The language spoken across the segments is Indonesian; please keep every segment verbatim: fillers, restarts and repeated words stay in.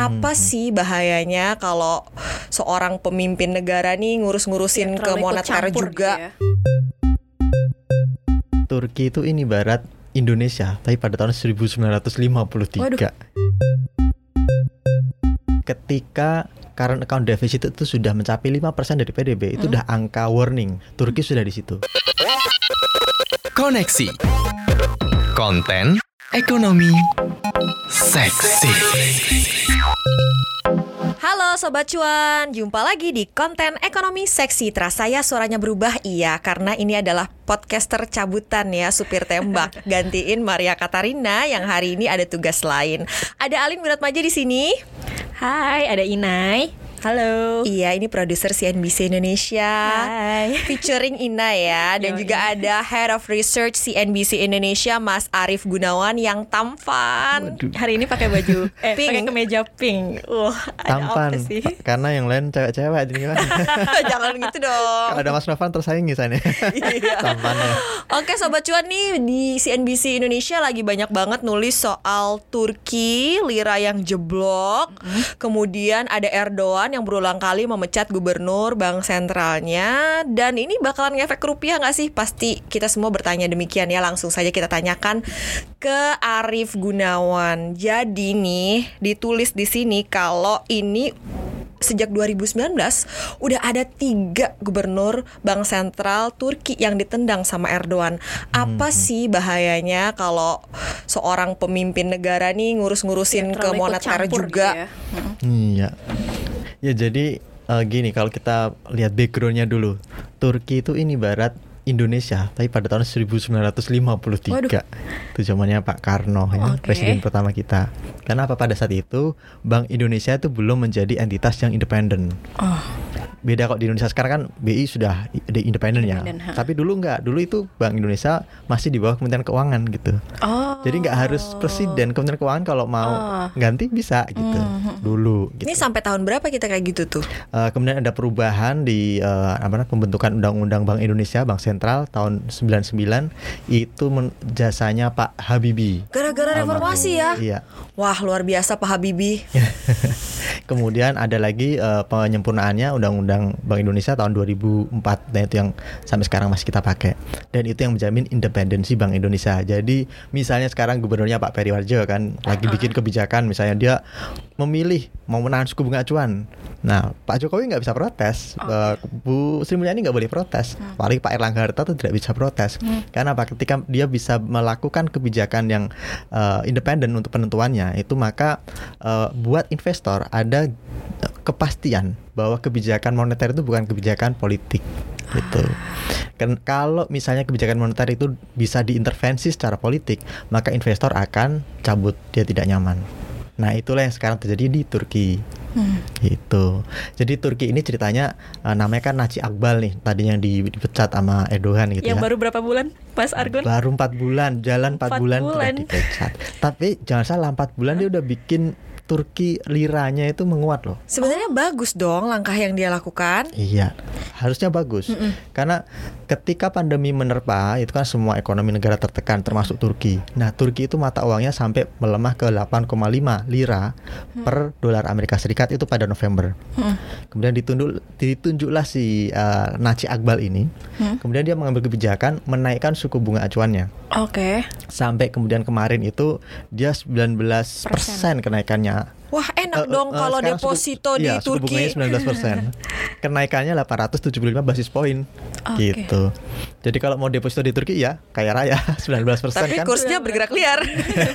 Apa sih bahayanya kalau seorang pemimpin negara nih ngurus-ngurusin Ya, ke terlalu ikut moneter campur juga? gitu ya. Turki itu ini barat Indonesia, tapi pada tahun seribu sembilan ratus lima puluh tiga. Ketika current account deficit itu sudah mencapai lima persen dari P D B, itu Hmm. udah angka warning. Turki sudah di situ. Koneksi konten ekonomi seksi. Halo Sobat Cuan, jumpa lagi di konten ekonomi seksi. Terasa ya suaranya berubah? Iya, karena ini adalah podcaster cabutan ya, supir tembak. Gantiin Maria Katarina yang hari ini ada tugas lain. Ada Alin Wiratmaja di sini. Hai, ada Inai. Halo. Iya, ini produser C N B C Indonesia. Hai. Featuring Ina ya. Dan Yoi. juga ada Head of Research C N B C Indonesia, Mas Arief Gunawan yang tampan. Waduh. Hari ini pakai baju eh Pink. pakai kemeja pink. Wah, ada Tampan, apa sih? karena yang lain cewek-cewek jadi gimana? Jangan gitu dong. Kalau ada Mas Novan tersaingi sana. Iya. Tampannya. Oke Sobat Cuan, nih di C N B C Indonesia lagi banyak banget nulis soal Turki, lira yang jeblok. Kemudian ada Erdogan yang berulang kali memecat gubernur bank sentralnya. Dan ini bakalan ngefek ke rupiah gak sih? Pasti kita semua bertanya demikian ya. Langsung saja kita tanyakan ke Arief Gunawan. Jadi nih ditulis di sini kalau ini sejak dua ribu sembilan belas udah ada tiga gubernur bank sentral Turki yang ditendang sama Erdogan. Apa sih bahayanya kalau seorang pemimpin negara nih ngurus-ngurusin ke Terlalu ikut moneter campur juga? gitu ya. Mm. Iya. Ya jadi eh, gini, kalau kita lihat backgroundnya dulu, Turki itu ini barat Indonesia, tapi pada tahun seribu sembilan ratus lima puluh tiga. Itu zamannya Pak Karno ya, Oke. presiden pertama kita. Karena apa, pada saat itu Bank Indonesia itu belum menjadi entitas yang independen. Oh. Beda kok di Indonesia sekarang kan B I sudah di- independen ya. Independen, ha. Tapi dulu enggak, dulu itu Bank Indonesia masih di bawah Kementerian Keuangan gitu. Oh. Jadi nggak harus presiden, Kementerian Keuangan kalau mau Oh. ganti bisa gitu. Mhm. Dulu gitu. Ini sampai tahun berapa kita kayak gitu tuh? Uh, kemudian ada perubahan di uh, apa namanya, pembentukan Undang-Undang Bank Indonesia, Bank Sentral tahun sembilan puluh sembilan, itu men- jasanya Pak Habibie. Gara-gara reformasi ya? Iya. Wah luar biasa Pak Habibie. Kemudian ada lagi uh, penyempurnaannya Undang-Undang Bank Indonesia tahun dua ribu empat, dan itu yang sampai sekarang masih kita pakai. Dan itu yang menjamin independensi Bank Indonesia. Jadi misalnya sekarang gubernurnya Pak Periwarjo kan lagi bikin kebijakan, misalnya dia memilih mau menahan suku bunga acuan. Nah, Pak Jokowi nggak bisa protes, uh, Bu Sri Mulyani nggak boleh protes, apalagi Pak Erlangga Hartarto tidak bisa protes. Karena apa? Ketika dia bisa melakukan kebijakan yang uh, independen untuk penentuannya, itu maka uh, buat investor ada uh, kepastian bahwa kebijakan moneter itu bukan kebijakan politik gitu. Kan kalau misalnya kebijakan moneter itu bisa diintervensi secara politik, maka investor akan cabut, dia tidak nyaman. Nah, itulah yang sekarang terjadi di Turki. Hmm. Gitu. Jadi Turki ini ceritanya uh, namanya kan Naci Akbal nih, tadinya yang di- dipecat sama Erdogan gitu Yang ya. baru berapa bulan, Mas Argun? Baru empat bulan, jalan empat Empat bulan, bulan. udah dipecat. Tapi jangan salah, empat bulan dia udah bikin Turki liranya itu menguat loh. Sebenarnya bagus dong langkah yang dia lakukan. Iya, harusnya bagus. Karena ketika pandemi menerpa, itu kan semua ekonomi negara tertekan, termasuk Turki. Nah, Turki itu mata uangnya sampai melemah ke delapan koma lima lira per dolar Amerika Serikat itu pada November. Kemudian ditunjuk, ditunjuklah si uh, Naci Akbal ini. Kemudian dia mengambil kebijakan menaikkan suku bunga acuannya. Oke. Sampai kemudian kemarin itu dia sembilan belas persen kenaikannya. Wah enak Eh, dong eh, kalau sekarang deposito suku, di iya, suku bunganya Turki. sembilan belas persen. Kenaikannya delapan ratus tujuh puluh lima basis poin. Oke. Gitu. Jadi kalau mau deposito di Turki ya kaya raya sembilan belas persen Tapi kan. kursnya bergerak liar.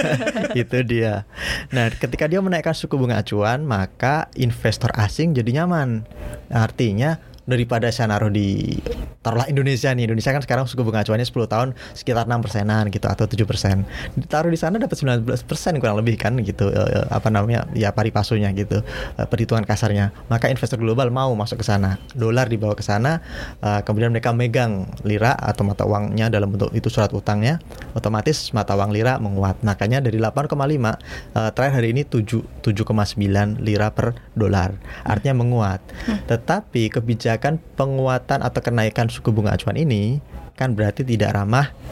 Itu dia. Nah, ketika dia menaikkan suku bunga acuan, maka investor asing jadi nyaman. Artinya daripada saya naruh di taruhlah Indonesia nih. Indonesia kan sekarang suku bunga acuannya sepuluh tahun sekitar enam persenan gitu atau tujuh persen. Ditaruh di sana dapat sembilan belas persen kurang lebih kan gitu, eh, apa namanya? Ya pari passunya gitu. eh, perhitungan kasarnya. Maka investor global mau masuk ke sana. Dolar dibawa ke sana, eh, kemudian mereka megang lira atau mata uangnya dalam bentuk itu surat utangnya, otomatis mata uang lira menguat. Makanya dari delapan koma lima eh, terakhir hari ini tujuh tujuh koma sembilan lira per dolar. Artinya menguat. Tetapi kebijakan penguatan atau kenaikan suku bunga acuan ini kan berarti tidak ramah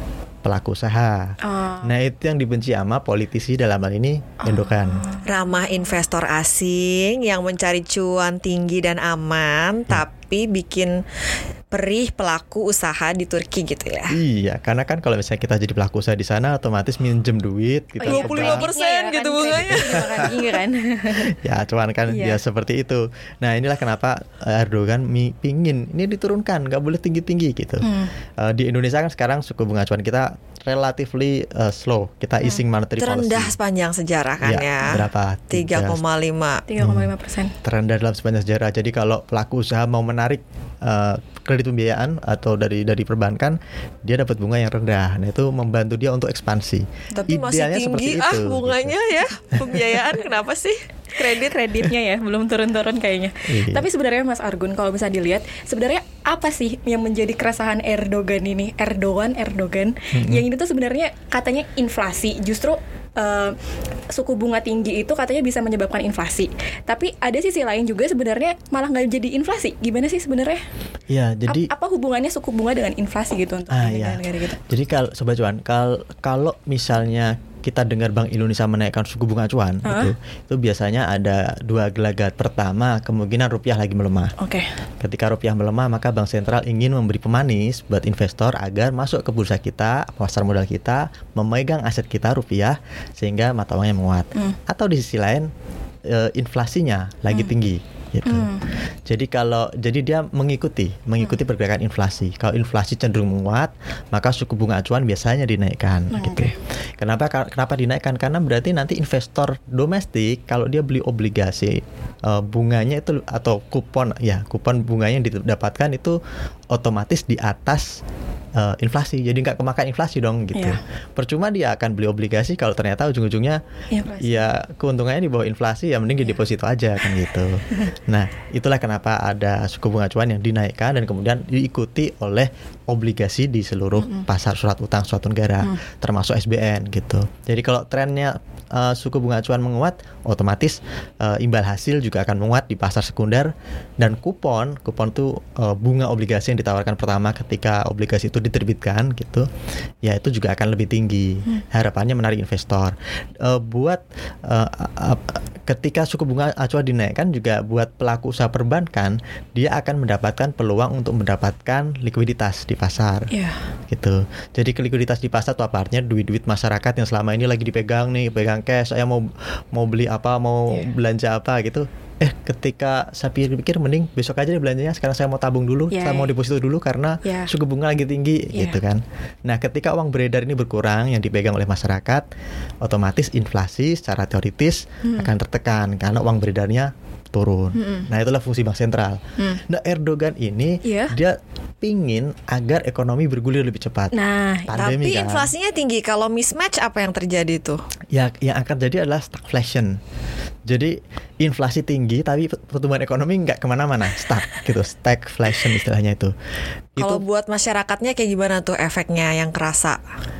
pelaku usaha. Oh. Nah itu yang dibenci sama politisi dalam hal ini Erdogan. Ramah investor asing yang mencari cuan tinggi dan aman, tapi bikin perih pelaku usaha di Turki gitu ya. Iya, karena kan kalau misalnya kita jadi pelaku usaha di sana, otomatis minjem duit kita dua puluh lima persen gitu bunganya. Iya kan. Ya cuan kan Iya. ya seperti itu. Nah inilah kenapa Erdogan mi- pingin ini diturunkan, nggak boleh tinggi-tinggi gitu. Hmm. Uh, di Indonesia kan sekarang suku bunga acuan kita relatively uh, slow. Kita easing monetary Terendah policy. sepanjang sejarah kan Ya, ya. berapa? tiga koma lima. tiga koma lima persen. Terendah dalam sepanjang sejarah. Jadi kalau pelaku usaha mau menarik uh, kredit pembiayaan atau dari dari perbankan, dia dapat bunga yang rendah. Nah itu membantu dia untuk ekspansi. Tapi masih Idealnya seperti tinggi ah itu, bunganya ya. Pembiayaan kenapa sih? Kredit kreditnya ya belum turun-turun kayaknya. Iya. Tapi sebenarnya Mas Argun kalau bisa dilihat sebenarnya apa sih yang menjadi keresahan Erdogan ini? Erdogan Erdogan Mm-hmm. yang ini tuh sebenarnya katanya inflasi. Justru uh, suku bunga tinggi itu katanya bisa menyebabkan inflasi. Tapi ada sisi lain juga sebenarnya malah nggak jadi inflasi. Gimana sih sebenarnya? Ya, jadi Ap- apa hubungannya suku bunga dengan inflasi gitu untuk Ah, iya. negara-negara gitu? Jadi kalau Sobat Cuan, kal- kalau misalnya kita dengar Bank Indonesia menaikkan suku bunga acuan, Hah? itu, itu biasanya ada dua gelagat. Pertama, kemungkinan rupiah lagi melemah. Oke. Ketika rupiah melemah, maka Bank Sentral ingin memberi pemanis buat investor agar masuk ke bursa kita, pasar modal kita, memegang aset kita rupiah sehingga mata uangnya menguat. Hmm. Atau di sisi lain, eh, inflasinya lagi tinggi. Gitu. Hmm. Jadi kalau jadi dia mengikuti mengikuti pergerakan inflasi. Kalau inflasi cenderung menguat, maka suku bunga acuan biasanya dinaikkan. Hmm, Gitu. oke. Kenapa kenapa dinaikkan? Karena berarti nanti investor domestik kalau dia beli obligasi uh, bunganya itu atau kupon ya kupon bunganya yang didapatkan itu otomatis di atas uh, inflasi. Jadi nggak kemakan inflasi dong gitu. Iya. Percuma dia akan beli obligasi kalau ternyata ujung-ujungnya Inflasi. ya keuntungannya di bawah inflasi, ya mending di deposito aja kan gitu. Nah, itulah kenapa ada suku bunga acuan yang dinaikkan dan kemudian diikuti oleh obligasi di seluruh Mm-mm. pasar surat utang suatu negara, Mm. termasuk S B N gitu. Jadi kalau trennya uh, suku bunga acuan menguat, otomatis uh, imbal hasil juga akan menguat di pasar sekunder, dan kupon, kupon itu uh, bunga obligasi yang ditawarkan pertama ketika obligasi itu diterbitkan gitu, ya itu juga akan lebih tinggi. Harapannya menarik investor. Uh, buat uh, uh, ketika suku bunga acuan dinaikkan juga buat pelaku usaha perbankan, dia akan mendapatkan peluang untuk mendapatkan likuiditas di pasar. Iya. Gitu. Jadi likuiditas di pasar itu apa artinya? Duit-duit masyarakat yang selama ini lagi dipegang nih, pegang cash, saya mau mau beli apa, mau Iya. belanja apa gitu. Eh, ketika saya pikir-pikir mending besok aja deh belanjanya, sekarang saya mau tabung dulu, Iya, saya mau iya. deposito dulu karena Iya. suku bunga lagi tinggi Iya. gitu kan. Nah, ketika uang beredar ini berkurang yang dipegang oleh masyarakat, otomatis inflasi secara teoritis Hmm. akan tertekan karena uang beredarnya turun. Mm-mm. Nah, itulah fungsi bank sentral. Hmm. Nah, Erdogan ini Iya. dia pingin agar ekonomi bergulir lebih cepat. Nah, Pandemi Tapi kan. inflasinya tinggi. Kalau mismatch apa yang terjadi tuh? Ya, yang akan jadi adalah stagflation. Jadi inflasi tinggi tapi pertumbuhan ekonomi nggak kemana-mana, stuck gitu, stagflation istilahnya itu. Kalau Itu buat masyarakatnya kayak gimana tuh efeknya yang kerasa?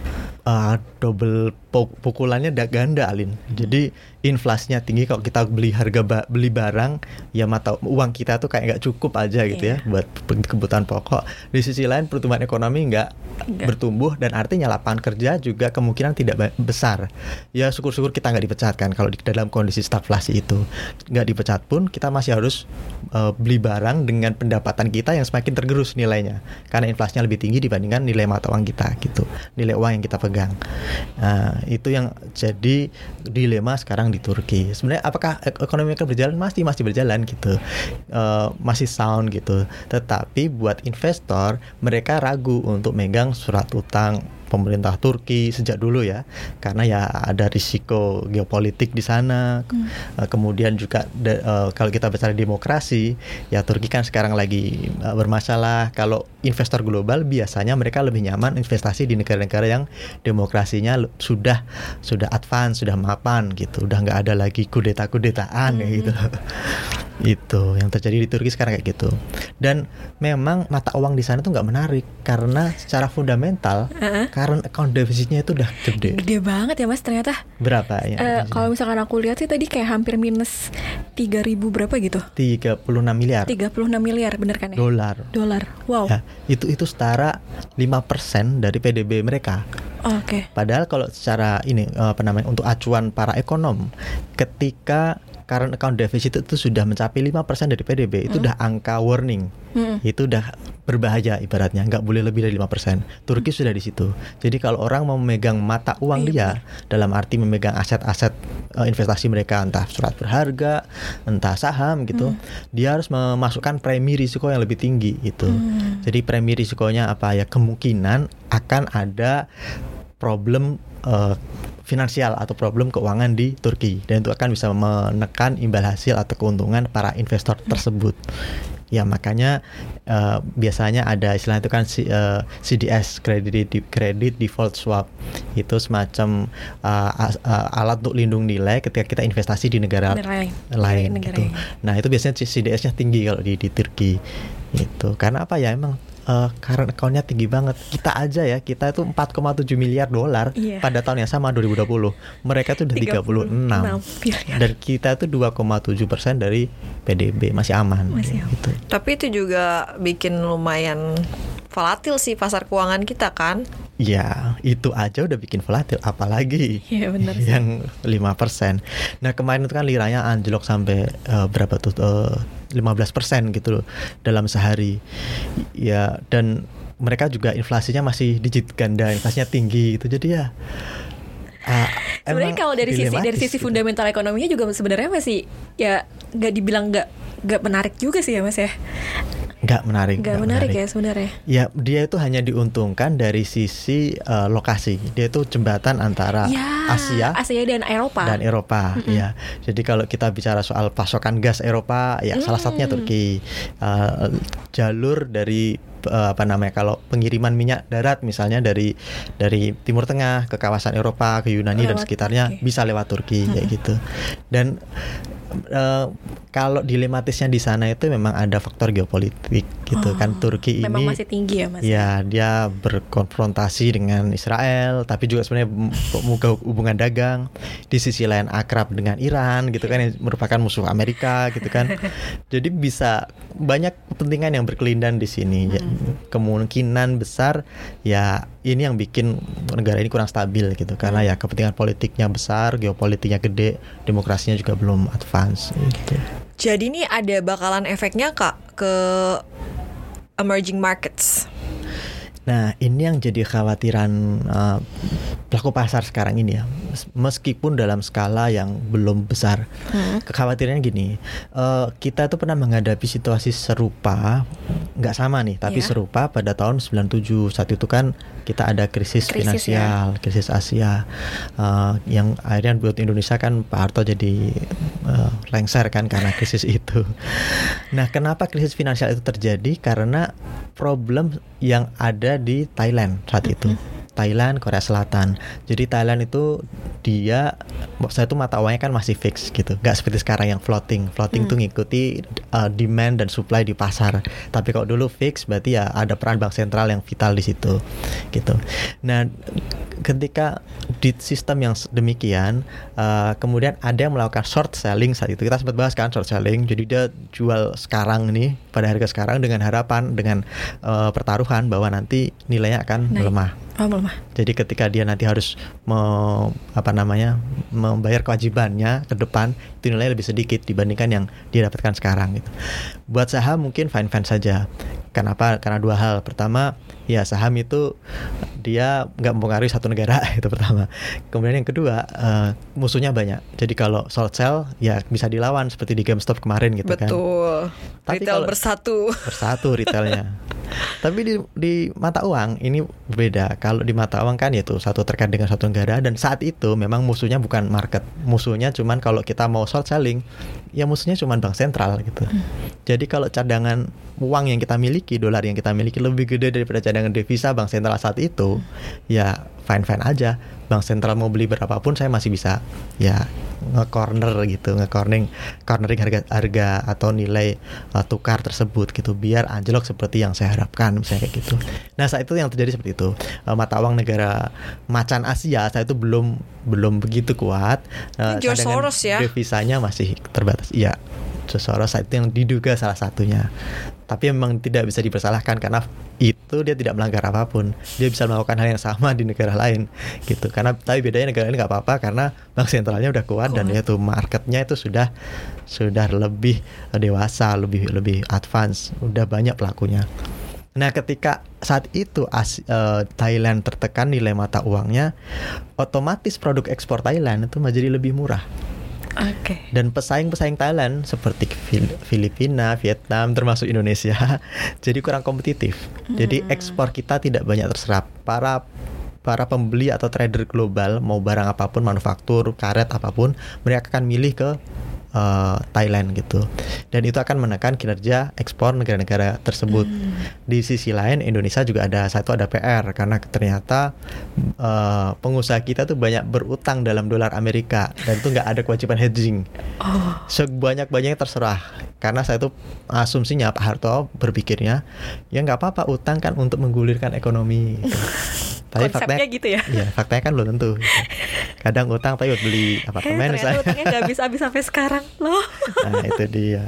uh, double pu- pukulannya da- ganda, Alin. Jadi inflasinya tinggi, kalau kita beli harga ba- beli barang ya mata uang kita tuh kayak nggak cukup aja gitu Iya. ya buat pe- kebutuhan pokok. Di sisi lain pertumbuhan ekonomi nggak Nggak. bertumbuh dan artinya lapangan kerja juga kemungkinan tidak ba- besar. Ya syukur-syukur kita nggak dipecat kan kalau di dalam kondisi stagflasi itu. Nggak dipecat pun kita masih harus uh, beli barang dengan pendapatan kita yang semakin tergerus nilainya karena inflasinya lebih tinggi dibandingkan nilai mata uang kita gitu, nilai uang yang kita pegang. Nah, itu yang jadi dilema sekarang di Turki. Sebenarnya apakah ek- ekonomi mereka berjalan? Masih masih berjalan gitu, Uh, masih sound gitu. Tetapi buat investor mereka ragu untuk megang surat utang pemerintah Turki sejak dulu ya, karena ya ada risiko geopolitik di sana. Hmm. Uh, kemudian juga de- uh, kalau kita bicara demokrasi, ya Turki kan sekarang lagi uh, bermasalah. Kalau investor global biasanya mereka lebih nyaman investasi di negara-negara yang demokrasinya l- sudah sudah advance, sudah mapan gitu, udah nggak ada lagi kudeta-kudetaan kayak gitu. Itu yang terjadi di Turki sekarang kayak gitu. Dan memang mata uang di sana tuh nggak menarik karena secara fundamental Uh-uh. current account defisitnya itu udah gede. Gede banget ya Mas ternyata. Berapa ya? Eh, kalau misalkan aku lihat sih tadi kayak hampir minus tiga ribu berapa gitu. tiga puluh enam miliar tiga puluh enam miliar bener kan ya? dolar. Dolar. Wow. Ya, itu itu setara lima persen dari P D B mereka. Oh, Oke. Okay. Padahal kalau secara ini apa namanya untuk acuan para ekonom, ketika current account deficit itu sudah mencapai lima persen dari P D B, itu Hmm. udah angka warning. Hmm. Itu udah berbahaya ibaratnya, nggak boleh lebih dari lima persen. Turki sudah di situ. Jadi kalau orang mau memegang mata uang Iya, dia, dalam arti memegang aset-aset uh, investasi mereka, entah surat berharga, entah saham gitu, dia harus memasukkan premi risiko yang lebih tinggi itu. Jadi premi risikonya apa ya? Kemungkinan akan ada problem uh, finansial atau problem keuangan di Turki, dan itu akan bisa menekan imbal hasil atau keuntungan para investor tersebut. Ya makanya uh, biasanya ada istilah itu kan uh, C D S, credit credit default swap, itu semacam uh, uh, alat untuk lindung nilai ketika kita investasi di negara Negara lain. lain Negara gitu. lain. Nah itu biasanya C D S-nya tinggi kalau di, di Turki itu karena apa ya, emang uh, current account-nya tinggi banget. Kita aja ya, kita itu empat koma tujuh miliar dolar Iya. pada tahun yang sama dua ribu dua puluh. Mereka tuh udah tiga puluh enam. miliar. Dan kita tuh dua koma tujuh persen dari P D B, masih aman. Masih aman. Gitu. Tapi itu juga bikin lumayan volatil sih pasar keuangan kita kan. Ya, itu aja udah bikin volatil, apalagi Iya, benar sih. yang lima persen. Nah, kemarin itu kan liranya anjlok sampai uh, berapa tuh? Uh, lima belas persen gitu loh dalam sehari. Ya, dan mereka juga inflasinya masih digit ganda, inflasinya tinggi gitu. Jadi ya uh, Sebenarnya emang kalau dari sisi dari dilematis sisi gitu. fundamental ekonominya juga sebenarnya masih ya nggak dibilang nggak nggak menarik juga sih ya Mas ya. Nggak menarik. Nggak nggak menarik ya sebenarnya. Ya, dia itu hanya diuntungkan dari sisi uh, lokasi. Dia itu jembatan antara Ya, Asia Asia dan Eropa. dan Eropa, ya. Jadi kalau kita bicara soal pasokan gas Eropa, ya salah satunya Turki. Uh, jalur dari uh, apa namanya, kalau pengiriman minyak darat misalnya dari dari Timur Tengah ke kawasan Eropa, ke Yunani dan Lewat sekitarnya Turki. bisa lewat Turki kayak gitu. Dan uh, kalau dilematisnya di sana itu memang ada faktor geopolitik gitu Oh, kan. Turki memang ini masih tinggi ya Mas. ya, dia berkonfrontasi dengan Israel, tapi juga sebenarnya membuka hubungan dagang. Di sisi lain akrab dengan Iran gitu kan, yang merupakan musuh Amerika gitu kan. Jadi bisa banyak kepentingan yang berkelindan di sini. Ya, kemungkinan besar ya ini yang bikin negara ini kurang stabil gitu, karena ya kepentingan politiknya besar, geopolitiknya gede, demokrasinya juga belum advance gitu. Jadi ini ada bakalan efeknya Kak ke emerging markets. Nah, ini yang jadi khawatiran uh, pelaku pasar sekarang ini ya. Meskipun dalam skala yang belum besar. Hmm. Kekhawatirannya gini, uh, kita tuh pernah menghadapi situasi serupa, nggak sama nih, tapi Iya. serupa pada tahun sembilan puluh tujuh. Saat itu kan kita ada krisis, Krisis, finansial, krisis Asia, uh, yang akhirnya buat Indonesia kan Pak Harto jadi uh, lengser kan karena krisis itu. Nah, kenapa krisis finansial itu terjadi? Karena problem yang ada di Thailand saat itu. Thailand, Korea Selatan. Jadi Thailand itu dia, saya itu mata uangnya kan masih fix gitu, nggak seperti sekarang yang floating. Floating tuh ngikuti uh, demand dan supply di pasar. Tapi kalau dulu fix, berarti ya ada peran bank sentral yang vital di situ, gitu. Nah, ketika di sistem yang demikian, uh, kemudian ada yang melakukan short selling saat itu. Kita sempat bahas kan short selling. Jadi dia jual sekarang nih pada harga sekarang dengan harapan, dengan uh, pertaruhan bahwa nanti nilainya akan Naik. melemah. Oh, melemah. Jadi ketika dia nanti harus me, apa namanya membayar kewajibannya ke depan, itu nilainya lebih sedikit dibandingkan yang dia dapatkan sekarang gitu. Buat saham mungkin fine-fine saja. Kenapa? Karena dua hal. Pertama, ya saham itu dia nggak mempengaruhi satu negara, itu pertama. Kemudian yang kedua, uh, musuhnya banyak. Jadi kalau short sell ya bisa dilawan seperti di GameStop kemarin gitu kan. Betul. Tapi Retail kalau- bersatu. Bersatu retailnya. Tapi di, di mata uang ini berbeda. Kalau di mata uang kan itu satu terkait dengan satu negara, dan saat itu memang musuhnya bukan market. Musuhnya cuman kalau kita mau short selling, ya musuhnya cuman bank sentral gitu. Hmm. Jadi kalau cadangan uang yang kita miliki, dolar yang kita miliki lebih gede daripada cadangan devisa bank sentral saat itu, ya fine-fine aja. Bank sentral mau beli berapapun saya masih bisa ya nge-corner gitu, nge-cornering cornering harga harga atau nilai uh, tukar tersebut gitu biar anjlok seperti yang saya harapkan misalnya kayak gitu. Nah, saat itu yang terjadi seperti itu. Uh, mata uang negara macan Asia saat itu belum belum begitu kuat. Uh, George Soros ya. Devisanya masih terbatas. Iya. George Soros saat itu yang diduga salah satunya. Tapi memang tidak bisa dipersalahkan karena itu dia tidak melanggar apapun. Dia bisa melakukan hal yang sama di negara lain gitu. Karena tapi bedanya negara ini nggak apa-apa karena bank sentralnya udah kuat cool. Dan itu marketnya itu sudah sudah lebih dewasa, lebih lebih advance, udah banyak pelakunya. Nah, ketika saat itu As, uh, Thailand tertekan nilai mata uangnya, otomatis produk ekspor Thailand itu menjadi lebih murah. Oke. Okay. Dan pesaing-pesaing Thailand seperti Fil- Filipina, Vietnam, termasuk Indonesia, jadi kurang kompetitif. Mm. Jadi ekspor kita tidak banyak terserap. Para para pembeli atau trader global mau barang apapun, manufaktur, karet apapun, mereka akan milih ke uh, Thailand gitu. Dan itu akan menekan kinerja ekspor negara-negara tersebut. Mm. Di sisi lain Indonesia juga ada satu ada P R karena ternyata uh, pengusaha kita tuh banyak berutang dalam dolar Amerika dan itu nggak ada kewajiban hedging. Oh. Sebanyak-banyaknya terserah. Karena saya itu asumsinya Pak Harto berpikirnya ya nggak apa-apa utang kan untuk menggulirkan ekonomi. Gitu. Tapi konsepnya faktanya, gitu ya. Iya, faktanya kan belum tentu. Gitu. Kadang utang tapi buat beli apartemen. Eh, ternyata utangnya nggak habis-habis sampai sekarang loh. Nah itu dia.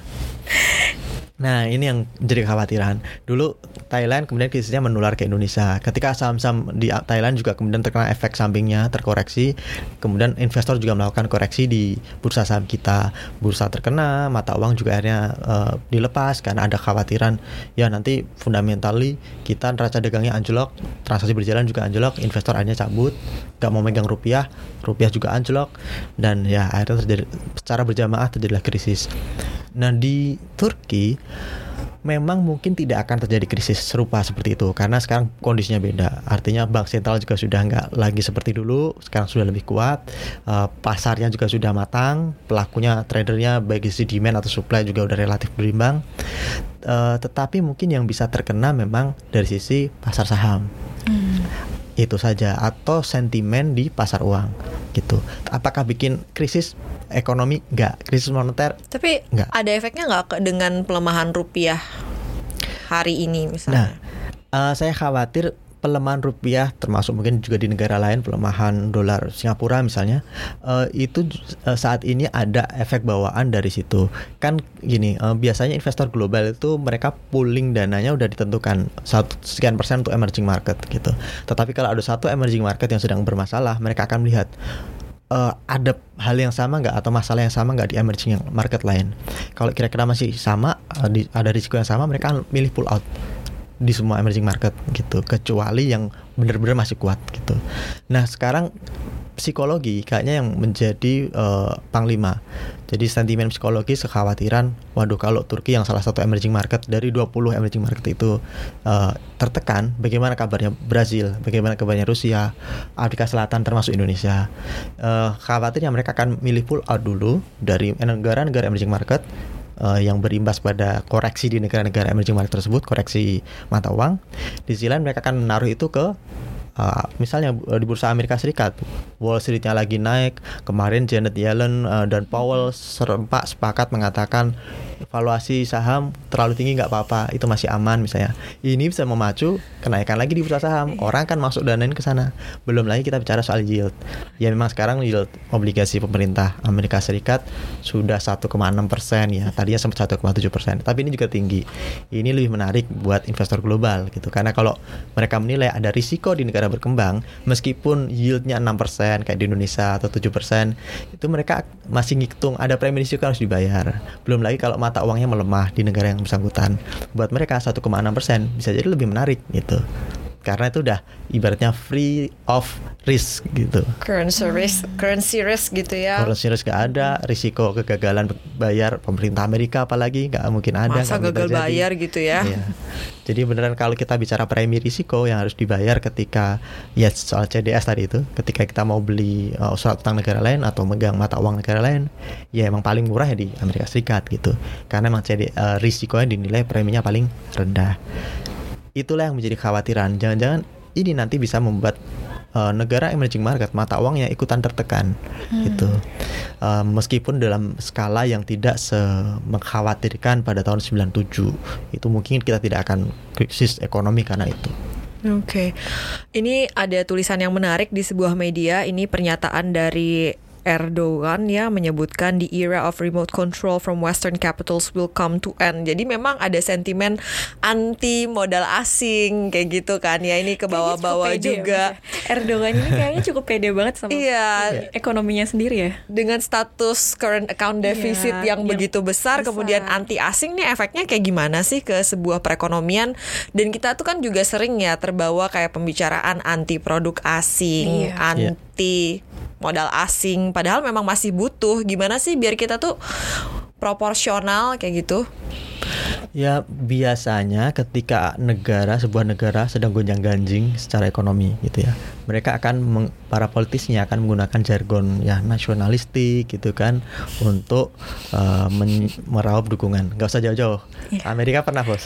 Nah ini yang jadi kekhawatiran. Dulu Thailand kemudian krisisnya menular ke Indonesia. Ketika saham-saham di Thailand juga kemudian terkena efek sampingnya, terkoreksi. Kemudian investor juga melakukan koreksi di bursa saham kita. Bursa terkena, mata uang juga akhirnya uh, dilepas karena ada kekhawatiran ya nanti fundamentally kita neraca dagangnya anjlok, transaksi berjalan juga anjlok, investor akhirnya cabut, gak mau megang rupiah, rupiah juga anjlok, dan ya akhirnya terjadi secara berjamaah terjadilah krisis. Nah di Turki memang mungkin tidak akan terjadi krisis serupa seperti itu karena sekarang kondisinya beda. Artinya bank sentral juga sudah nggak lagi seperti dulu, sekarang sudah lebih kuat, uh, pasarnya juga sudah matang, pelakunya tradernya baik sisi demand atau supply juga udah relatif berimbang. Uh, tetapi mungkin yang bisa terkena memang dari sisi pasar saham. Hmm. Itu saja, atau sentimen di pasar uang gitu. Apakah bikin krisis ekonomi? Enggak. Krisis moneter? Tapi enggak. Ada efeknya enggak dengan pelemahan rupiah hari ini misalnya? Nah, uh, saya khawatir pelemahan rupiah termasuk mungkin juga di negara lain pelemahan dolar Singapura misalnya uh, itu uh, saat ini ada efek bawaan dari situ. Kan gini, uh, biasanya investor global itu mereka pooling dananya udah ditentukan satu sekian persen untuk emerging market gitu. Tetapi kalau ada satu emerging market yang sedang bermasalah, mereka akan melihat uh, ada hal yang sama nggak atau masalah yang sama nggak di emerging market lain. Kalau kira-kira masih sama, uh, di, ada risiko yang sama, mereka akan milih pull out di semua emerging market gitu, kecuali yang benar-benar masih kuat gitu. Nah sekarang psikologi kayaknya yang menjadi uh, panglima. Jadi sentimen psikologis, kekhawatiran, waduh kalau Turki yang salah satu emerging market dari dua puluh emerging market itu uh, tertekan, bagaimana kabarnya Brazil, bagaimana kabarnya Rusia, Afrika Selatan termasuk Indonesia. Uh, khawatirnya mereka akan milih pull out dulu dari negara-negara emerging market Uh, yang berimbas pada koreksi di negara-negara emerging market tersebut, koreksi mata uang. Di sisi lain mereka akan menaruh itu ke uh, misalnya uh, di bursa Amerika Serikat, Wall Street-nya lagi naik. Kemarin Janet Yellen uh, dan Powell serempak sepakat mengatakan valuasi saham terlalu tinggi nggak apa-apa, itu masih aman misalnya. Ini bisa memacu kenaikan lagi di bursa saham. Orang kan masuk danain ke sana. Belum lagi kita bicara soal yield. Ya memang sekarang yield obligasi pemerintah Amerika Serikat sudah satu koma enam persen ya. Tadinya sempat satu koma tujuh persen. Tapi ini juga tinggi. Ini lebih menarik buat investor global gitu. Karena kalau mereka menilai ada risiko di negara berkembang, meskipun yieldnya enam persen kayak di Indonesia atau tujuh persen, itu mereka masih ngitung ada premi risiko yang harus dibayar. Belum lagi kalau mata uangnya melemah di negara yang bersangkutan, buat mereka satu koma enam persen bisa jadi lebih menarik gitu. Karena itu udah ibaratnya free of risk gitu. Currency risk, currency risk gitu ya. Currency risk gak ada, risiko kegagalan bayar pemerintah Amerika apalagi gak mungkin ada. Masa gagal bayar gitu ya. Iya. Jadi beneran kalau kita bicara premi risiko yang harus dibayar ketika ya soal C D S tadi itu, ketika kita mau beli uh, surat utang negara lain atau megang mata uang negara lain, ya emang paling murah ya di Amerika Serikat gitu. Karena emang C D uh, risikonya dinilai preminya paling rendah. Itulah yang menjadi kekhawatiran. Jangan-jangan ini nanti bisa membuat uh, negara emerging market mata uangnya ikutan tertekan hmm. gitu. Uh, meskipun dalam skala yang tidak semengkhawatirkan pada tahun sembilan puluh tujuh, itu mungkin kita tidak akan krisis ekonomi karena itu. Oke, okay. Ini ada tulisan yang menarik di sebuah media. Ini pernyataan dari Erdogan ya, menyebutkan the era of remote control from Western capitals will come to end. Jadi memang ada sentimen anti modal asing kayak gitu kan ya, ini ke bawah-bawah juga. Ya, Erdogan ini kayaknya cukup pede banget sama iya, ekonominya sendiri ya. Dengan status current account deficit iya, yang, yang begitu besar, besar, kemudian anti asing nih efeknya kayak gimana sih ke sebuah perekonomian? Dan kita tuh kan juga sering ya terbawa kayak pembicaraan anti produk asing, iya. anti modal asing, padahal memang masih butuh. Gimana sih biar kita tuh proporsional kayak gitu? Ya biasanya ketika negara, sebuah negara sedang gonjang-ganjing secara ekonomi gitu ya, mereka akan meng, para politisnya akan menggunakan jargon ya nasionalistik gitu kan untuk uh, men, meraup dukungan. Gak usah jauh-jauh, yeah. Amerika pernah bos.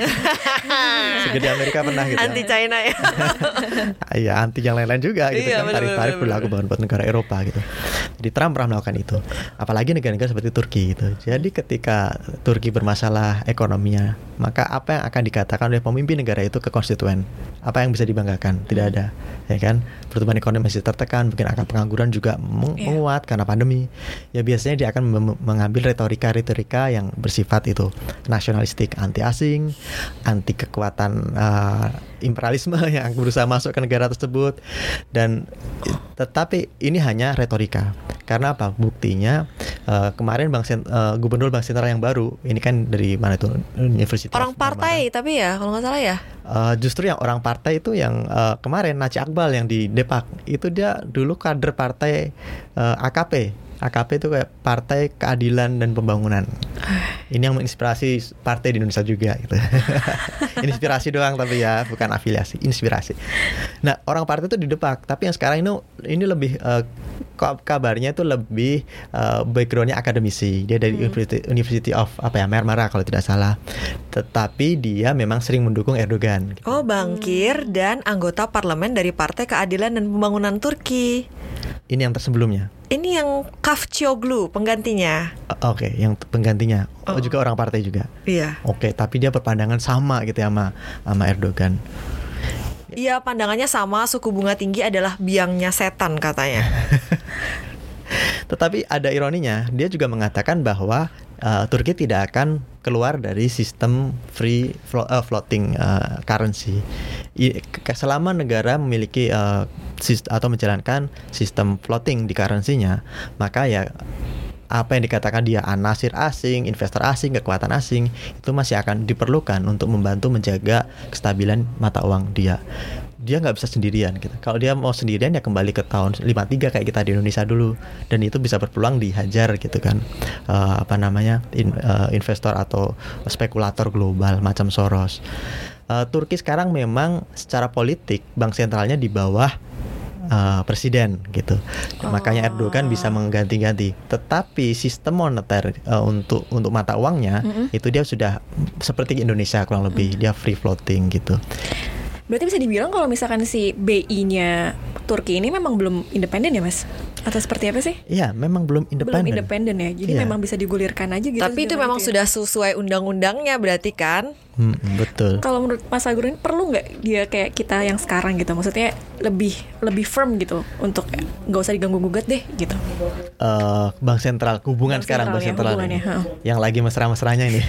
Segede Amerika pernah gitu. Anti China ya. Iya, anti yang lain-lain juga gitu iya, kan. Tarif-tarif berlaku bahkan buat negara Eropa gitu. Jadi Trump pernah melakukan itu. Apalagi negara-negara seperti Turki gitu. Jadi ketika Turki bermasalah ekonominya, maka apa yang akan dikatakan oleh pemimpin negara itu ke konstituen? Apa yang bisa dibanggakan? Tidak ada, ya kan? Pertumbuhan ekonomi masih tertekan, mungkin angka pengangguran juga meng- yeah. menguat karena pandemi. Ya biasanya dia akan mem- mengambil retorika-retorika yang bersifat itu nasionalistik, anti asing, anti kekuatan uh, imperialisme yang berusaha masuk ke negara tersebut. Dan tetapi ini hanya retorika. Karena apa? Buktinya uh, kemarin Bank Sent- uh, Gubernur Bank Sentral yang baru, ini kan dari mana itu? Universitas. Orang partai mana? Tapi ya kalau nggak salah ya. Uh, justru yang orang partai itu yang uh, kemarin Najib Akbal yang di Depak itu dia dulu kader partai uh, A K P. A K P itu kayak Partai Keadilan dan Pembangunan. Ini yang menginspirasi partai di Indonesia juga gitu. Inspirasi doang tapi ya bukan afiliasi, inspirasi. Nah orang partai itu di Depak, tapi yang sekarang ini ini lebih uh, kabarnya itu lebih uh, backgroundnya akademisi. Dia dari hmm. University, University of apa ya Marmara kalau tidak salah. Tetapi dia memang sering mendukung Erdogan. Gitu. Oh bankir hmm. dan anggota parlemen dari Partai Keadilan dan Pembangunan Turki. Ini yang tersebelumnya. Ini yang Kafcioglu penggantinya. Uh, Oke, okay, yang penggantinya. Oh, oh juga orang partai juga. Iya. Oke, okay, tapi dia berpandangan sama gitu ya sama sama Erdogan. Iya, pandangannya sama, suku bunga tinggi adalah biangnya setan katanya. Tetapi ada ironinya, dia juga mengatakan bahwa uh, Turki tidak akan keluar dari sistem free flo- uh, floating uh, currency. I, selama negara memiliki uh, sist- atau menjalankan sistem floating di currency-nya, maka ya apa yang dikatakan dia anasir asing, investor asing, kekuatan asing itu masih akan diperlukan untuk membantu menjaga kestabilan mata uang dia. Dia nggak bisa sendirian gitu. Kalau dia mau sendirian ya kembali ke tahun lima puluh tiga kayak kita di Indonesia dulu, dan itu bisa berpeluang dihajar gitu kan. Uh, apa namanya in, uh, investor atau spekulator global macam Soros. Uh, Turki sekarang memang secara politik bank sentralnya di bawah Uh, presiden gitu, oh. Makanya Erdogan bisa mengganti-ganti. Tetapi sistem moneter uh, untuk untuk mata uangnya mm-hmm. itu dia sudah seperti Indonesia kurang lebih, mm-hmm. dia free floating gitu. Berarti bisa dibilang kalau misalkan si B I-nya Turki ini memang belum independen ya Mas? Atau seperti apa sih? Iya, memang belum independen. Belum independen ya, jadi yeah. memang bisa digulirkan aja gitu. Tapi itu memang itu ya? Sudah sesuai undang-undangnya berarti kan? Hmm, betul. Kalau menurut Mas Agur ini perlu nggak dia kayak kita yang sekarang gitu? Maksudnya lebih lebih firm gitu untuk nggak usah diganggu gugat deh gitu. Uh, Bank Sentral, hubungan Bank sekarang Bank Sentral ini, yang lagi mesra-mesranya ini.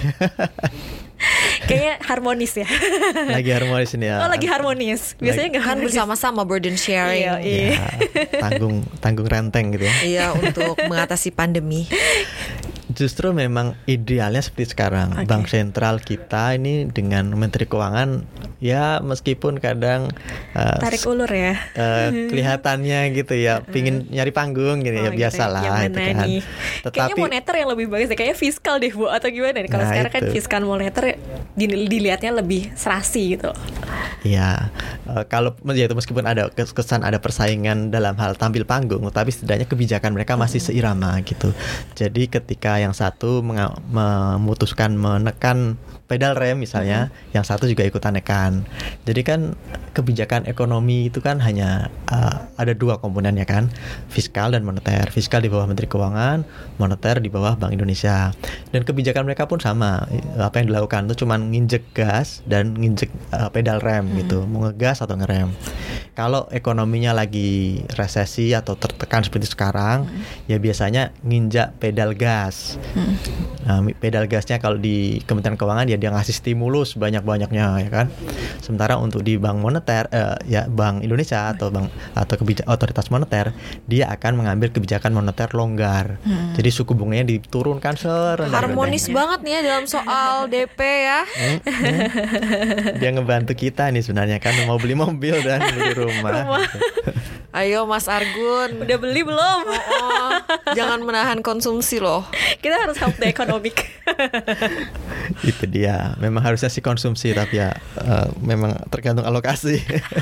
Kayaknya harmonis ya. Lagi harmonis ini ya. Oh lagi harmonis. Biasanya nggak kan bersama-sama burden sharing. Iya, iya. Ya, tanggung tanggung renteng gitu ya. Iya untuk mengatasi pandemi. Justru memang idealnya seperti sekarang. Okay. Bank sentral kita ini dengan Menteri Keuangan ya meskipun kadang uh, tarik ulur ya. Uh, kelihatannya gitu ya, pingin nyari panggung gitu oh, ya gitu. Biasalah gitu kan. Nih? Tetapi kayaknya moneter yang lebih bagus, kayaknya fiskal deh Bu atau gimana nih? Kalau nah, sekarang itu. Kan fiskal moneter dilihatnya lebih serasi gitu. Iya, uh, kalau ya itu meskipun ada kesan ada persaingan dalam hal tampil panggung, tapi setidaknya kebijakan mereka masih seirama gitu. Jadi ketika yang satu menga- memutuskan menekan pedal rem misalnya, hmm. yang satu juga ikutan nekan. Jadi kan kebijakan ekonomi itu kan hanya uh, ada dua komponennya kan, fiskal dan moneter. Fiskal di bawah Menteri Keuangan, moneter di bawah Bank Indonesia. Dan kebijakan mereka pun sama. Apa yang dilakukan itu cuma nginjek gas dan nginjek uh, pedal rem hmm. gitu, mau ngegas atau ngerem. Kalau ekonominya lagi resesi atau tertekan seperti sekarang, hmm. ya biasanya nginjak pedal gas. Hmm. Nah, pedal gasnya kalau di Kementerian Keuangan ya dia ngasih stimulus banyak-banyaknya ya kan. Sementara untuk di Bank Moneter eh, ya Bank Indonesia atau bank atau kebijak, otoritas moneter, dia akan mengambil kebijakan moneter longgar. Hmm. Jadi suku bunganya diturunkan serendah. Harmonis banget nih ya dalam soal D P ya. Hmm, hmm. Dia ngebantu kita nih sebenarnya kan, mau beli mobil dan beli rumah. rumah. Ayo Mas Argun, udah beli belum? Oh, oh. Jangan menahan konsumsi loh. Kita harus help the economic. Itu dia. Memang harusnya sih konsumsi, tapi ya uh, memang tergantung alokasi.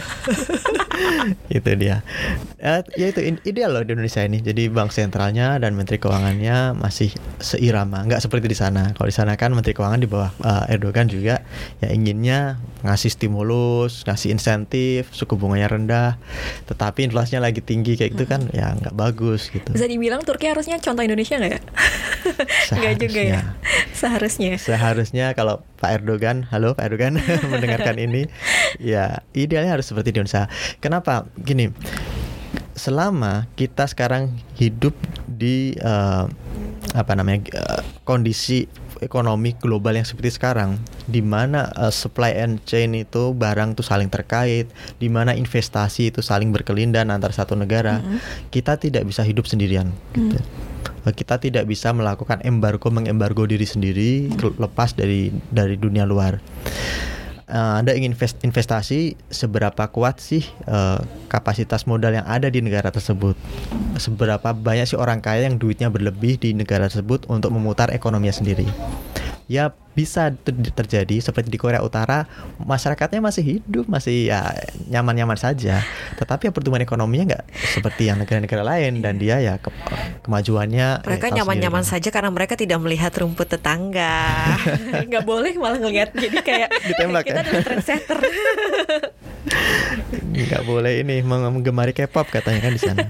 Itu dia. Ya, ya itu ideal loh di Indonesia ini. Jadi bank sentralnya dan Menteri Keuangannya masih seirama. Nggak seperti di sana. Kalau di sana kan Menteri Keuangan di bawah uh, Erdogan juga ya inginnya ngasih stimulus, ngasih insentif, suku bunganya rendah. Tetapi inflasinya lagi tinggi kayak gitu kan ya nggak bagus gitu. Bisa dibilang Turki harusnya contoh Indonesia nggak ya? Nggak juga ya. Seharusnya. Seharusnya kalau Pak Erdogan, halo Pak Erdogan mendengarkan ini, ya idealnya harus seperti di Indonesia. Kenapa? Gini, selama kita sekarang hidup di uh, apa namanya uh, kondisi ekonomi global yang seperti sekarang, di mana uh, supply and chain itu barang tuh saling terkait, di mana investasi itu saling berkelindan antar satu negara, mm-hmm. kita tidak bisa hidup sendirian. Mm. Gitu. Kita tidak bisa melakukan embargo mengembargo diri sendiri mm. lepas dari dari dunia luar. Uh, Anda ingin invest, investasi, seberapa kuat sih uh, kapasitas modal yang ada di negara tersebut? Seberapa banyak sih orang kaya yang duitnya berlebih di negara tersebut untuk memutar ekonominya sendiri? Ya bisa ter- terjadi seperti di Korea Utara, masyarakatnya masih hidup, masih ya nyaman-nyaman saja. Tetapi ya pertumbuhan ekonominya nggak seperti yang negara-negara lain, dan dia ya ke- kemajuannya mereka eh, nyaman-nyaman saja karena mereka tidak melihat rumput tetangga. Nggak boleh malah ngelihat, jadi kayak ditembak kita adalah trendsetter. Nggak boleh ini menggemari K-pop katanya kan di sana.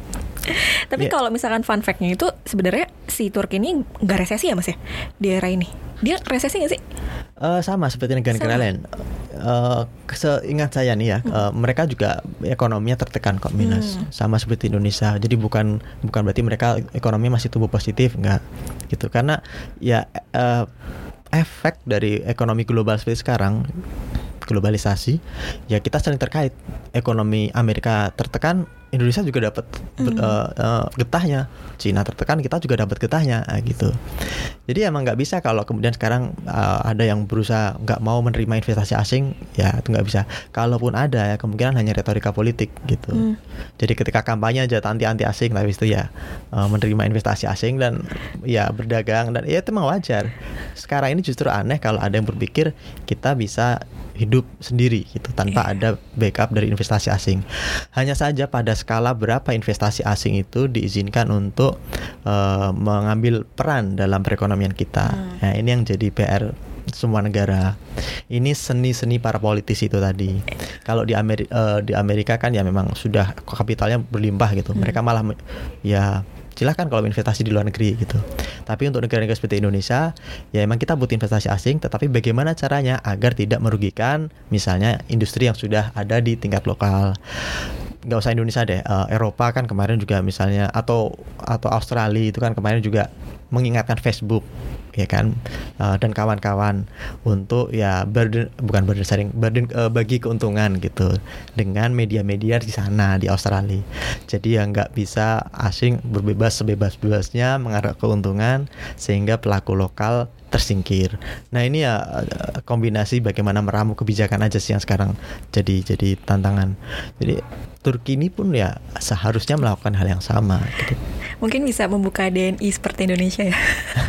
Tapi yeah. kalau misalkan fun fact-nya itu sebenarnya si Turki ini nggak resesi ya Mas ya di era ini? Dia resesi nggak sih? Uh, sama seperti negara-negara lain. Uh, seingat saya nih ya, hmm. uh, mereka juga ekonominya tertekan kok minus, hmm. sama seperti Indonesia. Jadi bukan bukan berarti mereka ekonomi masih tumbuh positif, enggak gitu. Karena ya uh, efek dari ekonomi global seperti sekarang, globalisasi, ya kita saling terkait. Ekonomi Amerika tertekan, Indonesia juga dapat mm. uh, uh, getahnya. Cina tertekan, kita juga dapat getahnya, uh, gitu. Jadi emang nggak bisa kalau kemudian sekarang uh, ada yang berusaha nggak mau menerima investasi asing, ya itu nggak bisa. Kalaupun ada, ya kemungkinan hanya retorika politik, gitu. Mm. Jadi ketika kampanye aja anti-anti asing, tapi itu ya uh, menerima investasi asing dan ya berdagang, dan ya itu memang wajar. Sekarang ini justru aneh kalau ada yang berpikir kita bisa hidup sendiri gitu tanpa yeah. ada backup dari investasi asing. Hanya saja pada skala berapa investasi asing itu diizinkan untuk uh, mengambil peran dalam perekonomian kita. Hmm. Nah, ini yang jadi P R semua negara. Ini seni-seni para politisi itu tadi. Kalau di Amerika, uh, di Amerika kan ya memang sudah kapitalnya berlimpah gitu. Hmm. Mereka malah ya silahkan kalau investasi di luar negeri gitu. Tapi untuk negara-negara seperti Indonesia, ya memang kita butuh investasi asing, tetapi bagaimana caranya agar tidak merugikan misalnya industri yang sudah ada di tingkat lokal. Nggak usah Indonesia deh, uh, Eropa kan kemarin juga misalnya, atau atau Australia itu kan kemarin juga mengingatkan Facebook, ya kan, uh, dan kawan-kawan untuk ya burden, bukan burden sharing, burden uh, bagi keuntungan gitu dengan media-media di sana di Australia. Jadi ya nggak bisa asing berbebas sebebas-bebasnya mengarah keuntungan sehingga pelaku lokal tersingkir. Nah ini ya kombinasi bagaimana meramu kebijakan aja sih yang sekarang jadi jadi tantangan. Jadi Turki ini pun ya seharusnya melakukan hal yang sama gitu. Mungkin bisa membuka D N I seperti Indonesia ya.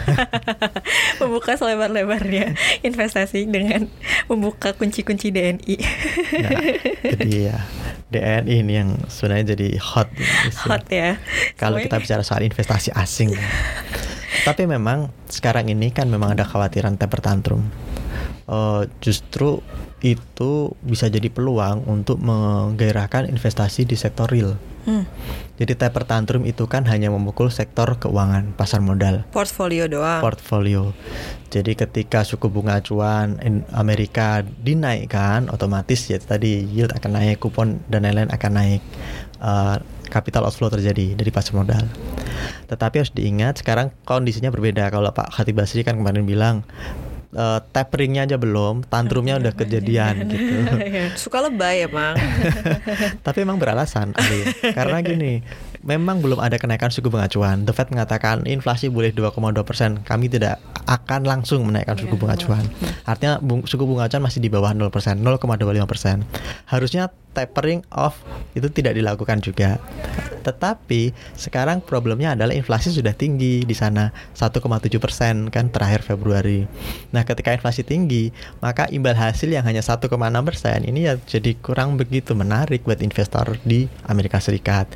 Membuka selebar-lebarnya investasi dengan membuka kunci-kunci D N I. Nah, jadi ya D N I ini yang sebenarnya jadi hot. Hot ya. Kalau kita bicara soal investasi asing. Tapi memang sekarang ini kan memang ada khawatiran taper tantrum. Uh, justru itu bisa jadi peluang untuk menggairahkan investasi di sektor real. Hmm. Jadi taper tantrum itu kan hanya memukul sektor keuangan, pasar modal, portfolio doang. Portfolio. Jadi ketika suku bunga acuan Amerika dinaikkan, otomatis ya tadi yield akan naik, kupon dan lain-lain akan naik. Uh, capital outflow terjadi dari pasar modal. Tetapi harus diingat sekarang kondisinya berbeda. Kalau Pak Khatib Basri kan kemarin bilang Uh, taperingnya aja belum, tantrumnya udah kejadian gitu. Suka lebay emang. Tapi emang beralasan, Ali. Karena gini, memang belum ada kenaikan suku bunga acuan. The Fed mengatakan inflasi boleh dua koma dua persen. Kami tidak akan langsung menaikkan suku bunga acuan. Artinya bung, suku bunga acuan masih di bawah nol persen, nol koma dua lima persen. Harusnya tapering off itu tidak dilakukan juga. Tetapi sekarang problemnya adalah inflasi sudah tinggi di sana, satu koma tujuh persen kan terakhir Februari. Nah, ketika inflasi tinggi, maka imbal hasil yang hanya satu koma enam persen ini ya jadi kurang begitu menarik buat investor di Amerika Serikat.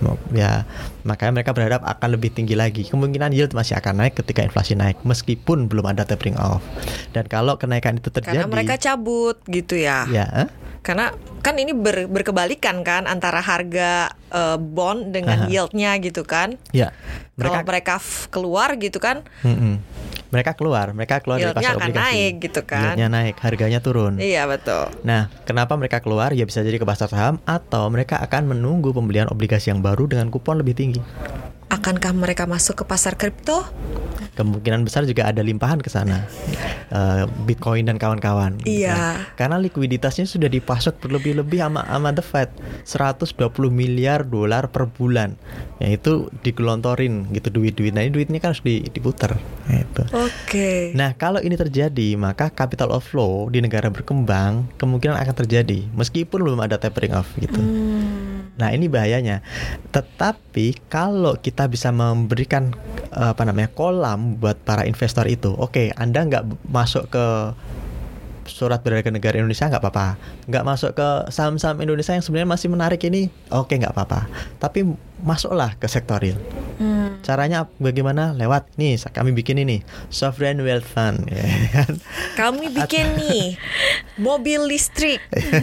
Ya, makanya mereka berharap akan lebih tinggi lagi. Kemungkinan yield masih akan naik ketika inflasi naik meskipun belum ada tapering off. Dan kalau kenaikan itu terjadi, karena mereka cabut gitu ya. Ya, eh? Karena kan ini ber, berkebalikan kan antara harga uh, bond dengan Aha. yieldnya gitu kan. Ya. Kalau mereka f- keluar gitu kan. Mm-mm. Mereka keluar, mereka keluar yieldnya dari pasar obligasi. Naik gitu kan. Yieldnya naik, harganya turun. Iya betul. Nah, kenapa mereka keluar? Ya bisa jadi ke pasar saham atau mereka akan menunggu pembelian obligasi yang baru dengan kupon lebih tinggi. Akankah mereka masuk ke pasar kripto? Kemungkinan besar juga ada limpahan ke sana, uh, Bitcoin dan kawan-kawan. Iya. Nah, karena likuiditasnya sudah dipasok berlebih-lebih sama, sama The Fed, seratus dua puluh miliar dolar per bulan. Ya itu digelontorin gitu duit-duit. Nah ini duitnya kan harus diputar. Gitu. Oke. Okay. Nah kalau ini terjadi, maka capital outflow di negara berkembang kemungkinan akan terjadi, meskipun belum ada tapering off gitu. Hmm. Nah ini bahayanya. Tetapi kalau kita bisa memberikan apa namanya kolam buat para investor itu, oke, okay, Anda nggak masuk ke surat berharga negara Indonesia nggak apa-apa, nggak masuk ke saham-saham Indonesia yang sebenarnya masih menarik ini, oke okay, nggak apa-apa. Tapi masuklah ke sektor real. Hmm. Caranya bagaimana? Lewat nih, kami bikin ini sovereign wealth fund. Ya, kan? Kami bikin nih mobil listrik.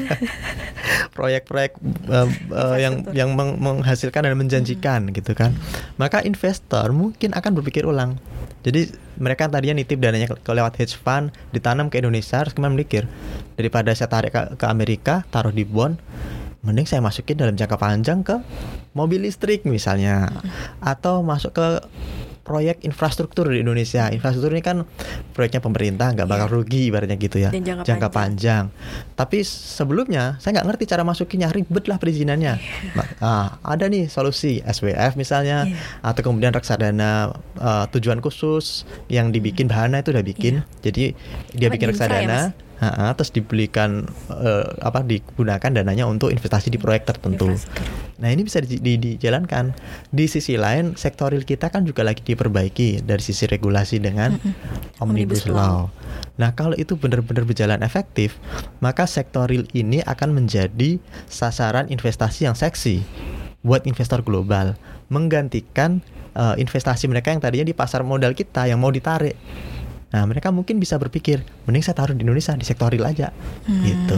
Proyek-proyek uh, uh, yang yang meng- menghasilkan dan menjanjikan hmm. gitu kan. Maka investor mungkin akan berpikir ulang. Jadi mereka tadinya nitip dananya ke, ke lewat hedge fund, ditanam ke Indonesia, harus kemudian mikir, daripada saya tarik ke, ke Amerika, taruh di bond, mending saya masukin dalam jangka panjang ke mobil listrik misalnya, atau masuk ke proyek infrastruktur di Indonesia. Infrastruktur ini kan proyeknya pemerintah, nggak bakal rugi ibaratnya gitu ya, jangka, jangka panjang. panjang. Tapi sebelumnya saya nggak ngerti cara masukinnya, ribet lah perizinannya. Nah, ada nih solusi S W F misalnya, yeah. atau kemudian reksadana uh, tujuan khusus yang dibikin Bahana itu udah bikin. Yeah. Jadi dia oh, bikin reksadana. Ya, Ha, terus dibelikan uh, apa digunakan dananya untuk investasi di proyek tertentu. Nah ini bisa di, di, dijalankan. Di sisi lain sektor real kita kan juga lagi diperbaiki dari sisi regulasi dengan mm-hmm. Omnibus Law. Nah kalau itu benar-benar berjalan efektif, maka sektor real ini akan menjadi sasaran investasi yang seksi buat investor global, menggantikan uh, investasi mereka yang tadinya di pasar modal kita yang mau ditarik. Nah mereka mungkin bisa berpikir, mending saya taruh di Indonesia di sektor real aja, hmm. gitu.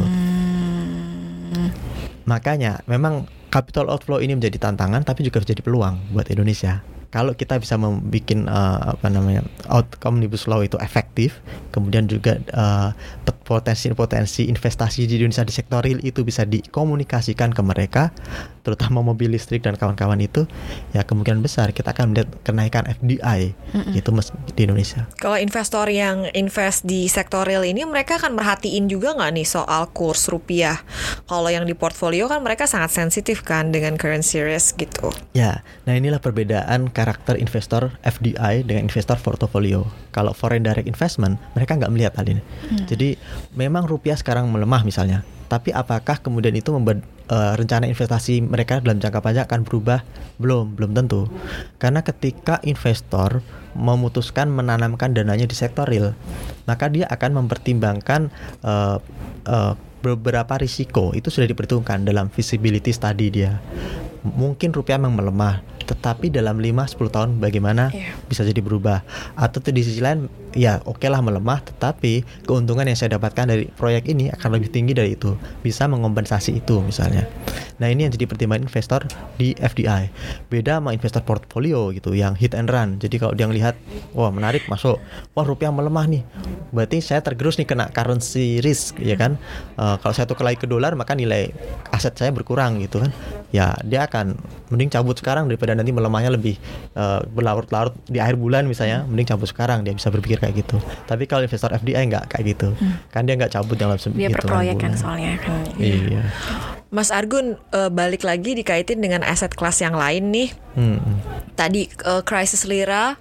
Makanya memang capital outflow ini menjadi tantangan, tapi juga menjadi peluang buat Indonesia. Kalau kita bisa membuat uh, apa namanya outcome Omnibus Law itu efektif, kemudian juga uh, potensi-potensi investasi di Indonesia di sektor real itu bisa dikomunikasikan ke mereka, terutama mobil listrik dan kawan-kawan itu, ya kemungkinan besar kita akan melihat kenaikan F D I Mm-mm. itu di Indonesia. Kalau investor yang invest di sektor real ini, mereka akan merhatiin juga nggak nih soal kurs rupiah? Kalau yang di portfolio kan mereka sangat sensitif kan dengan currency risk gitu. Ya, nah inilah perbedaan karakter investor F D I dengan investor portofolio. Kalau foreign direct investment, mereka nggak melihat hal ini. Hmm. Jadi memang rupiah sekarang melemah misalnya, tapi apakah kemudian itu membuat uh, rencana investasi mereka dalam jangka panjang akan berubah? Belum, belum tentu. Karena ketika investor memutuskan menanamkan dananya di sektor real, maka dia akan mempertimbangkan uh, uh, beberapa risiko. Itu sudah diperhitungkan dalam feasibility study dia. Mungkin rupiah memang melemah tetapi dalam lima sampai sepuluh tahun bagaimana Iya. bisa jadi berubah. Atau tuh di sisi lain ya oke lah melemah, tetapi keuntungan yang saya dapatkan dari proyek ini akan lebih tinggi dari itu, bisa mengompensasi itu misalnya. Nah ini yang jadi pertimbangan investor di F D I. Beda sama investor portfolio gitu yang hit and run. Jadi kalau dia ngelihat wah menarik masuk, wah rupiah melemah nih, berarti saya tergerus nih kena currency risk ya kan. Uh, kalau saya tukar lagi ke dolar maka nilai aset saya berkurang gitu kan. Ya dia akan mending cabut sekarang daripada nanti melemahnya lebih uh, berlarut-larut di akhir bulan misalnya, mending cabut sekarang, dia bisa berpikir kayak gitu. Tapi kalau investor F D I nggak kayak gitu, hmm. kan dia nggak cabut dalam Dia hitungan berproyek kan bulan. soalnya kan. Iya. Mas Argun, uh, balik lagi dikaitin dengan aset kelas yang lain nih. Hmm. Tadi uh, krisis lira